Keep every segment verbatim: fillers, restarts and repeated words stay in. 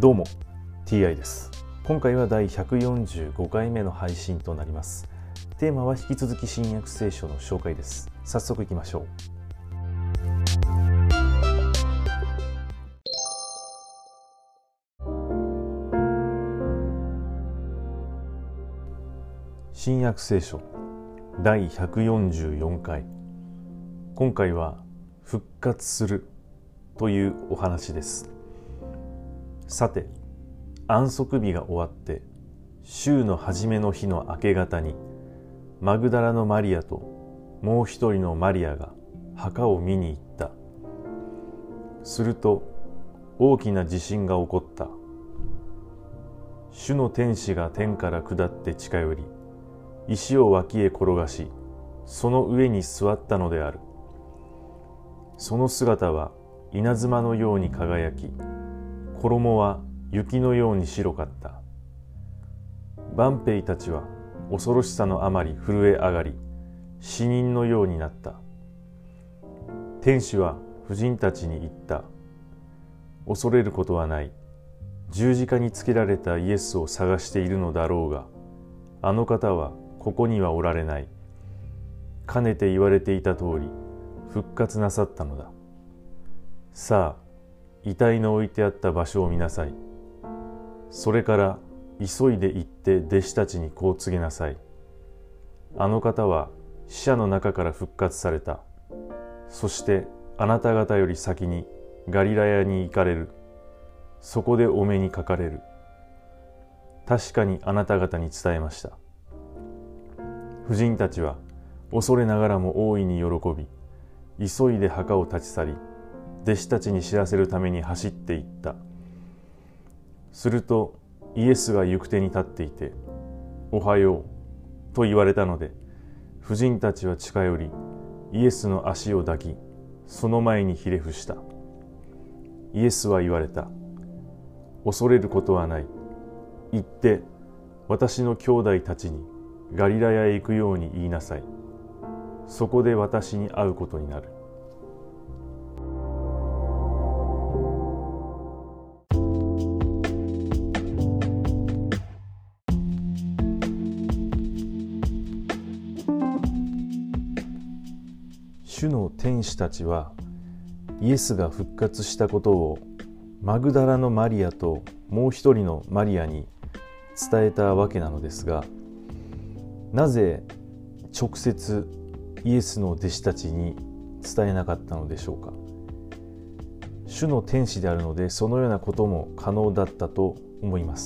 どうも ティーアイ です。今回はだいひゃくよんじゅうごかいめの配信となります。テーマは引き続き新約聖書の紹介です。早速いきましょう。新約聖書だいひゃくよんじゅうよんかい。今回は復活するというお話です。さて、安息日が終わって週の初めの日の明け方に、マグダラのマリアともう一人のマリアが墓を見に行った。すると大きな地震が起こった。主の天使が天から下って近寄り、石を脇へ転がし、その上に座ったのである。その姿は稲妻のように輝き、衣は雪のように白かった。万兵たちは恐ろしさのあまり震え上がり、死人のようになった。天使は婦人たちに言った。恐れることはない。十字架につけられたイエスを探しているのだろうが、あの方はここにはおられない。かねて言われていた通り、復活なさったのだ。さあ、遺体の置いてあった場所を見なさい。それから急いで行って弟子たちにこう告げなさい。あの方は死者の中から復活された。そしてあなた方より先にガリラヤに行かれる。そこでお目にかかれる。確かにあなた方に伝えました。婦人たちは恐れながらも大いに喜び、急いで墓を立ち去り、弟子たちに知らせるために走っていった。するとイエスが行く手に立っていて、おはようと言われたので、婦人たちは近寄り、イエスの足を抱き、その前にひれ伏した。イエスは言われた。恐れることはない。行って私の兄弟たちにガリラヤへ行くように言いなさい。そこで私に会うことになる。主の天使たちはイエスが復活したことをマグダラのマリアともう一人のマリアに伝えたわけなのですが、なぜ直接イエスの弟子たちに伝えなかったのでしょうか。主の天使であるので、そのようなことも可能だったと思います。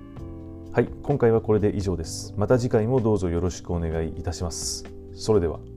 はい、今回はこれで以上です。また次回もどうぞよろしくお願いいたします。それでは。